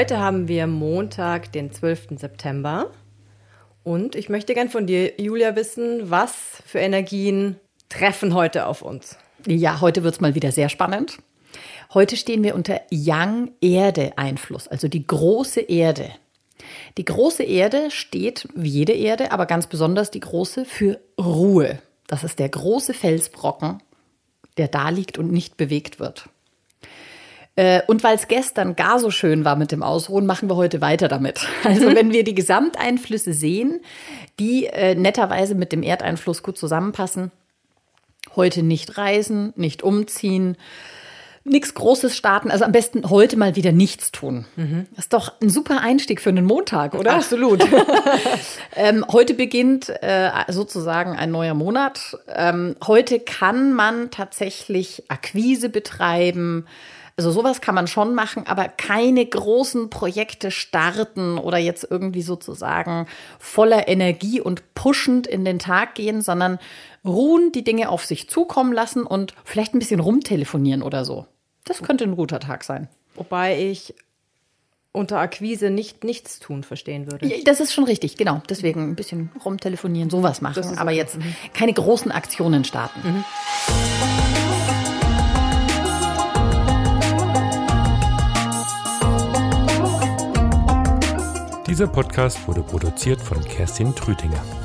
Heute haben wir Montag, den 12. September. Und ich möchte gern von dir, Julia, wissen, was für Energien treffen heute auf uns? Ja, heute wird's mal wieder sehr spannend. Heute stehen wir unter Yang-Erde-Einfluss, also die große Erde. Die große Erde steht, wie jede Erde, aber ganz besonders die große, für Ruhe. Das ist der große Felsbrocken, der da liegt und nicht bewegt wird. Und weil es gestern gar so schön war mit dem Ausruhen, machen wir heute weiter damit. Also wenn wir die Gesamteinflüsse sehen, die netterweise mit dem Erdeinfluss gut zusammenpassen, heute nicht reisen, nicht umziehen, nichts Großes starten, also am besten heute mal wieder nichts tun. Das ist doch ein super Einstieg für einen Montag, oder? Absolut. Heute beginnt sozusagen ein neuer Monat. Heute kann man tatsächlich Akquise betreiben. Also sowas kann man schon machen, aber keine großen Projekte starten oder jetzt irgendwie sozusagen voller Energie und pushend in den Tag gehen, sondern ruhen, die Dinge auf sich zukommen lassen und vielleicht ein bisschen rumtelefonieren oder so. Das könnte ein guter Tag sein. Wobei ich unter Akquise nichts tun verstehen würde. Ja, das ist schon richtig, genau. Deswegen ein bisschen rumtelefonieren, sowas machen. Aber okay. Jetzt keine großen Aktionen starten. Dieser Podcast wurde produziert von Kerstin Trütinger.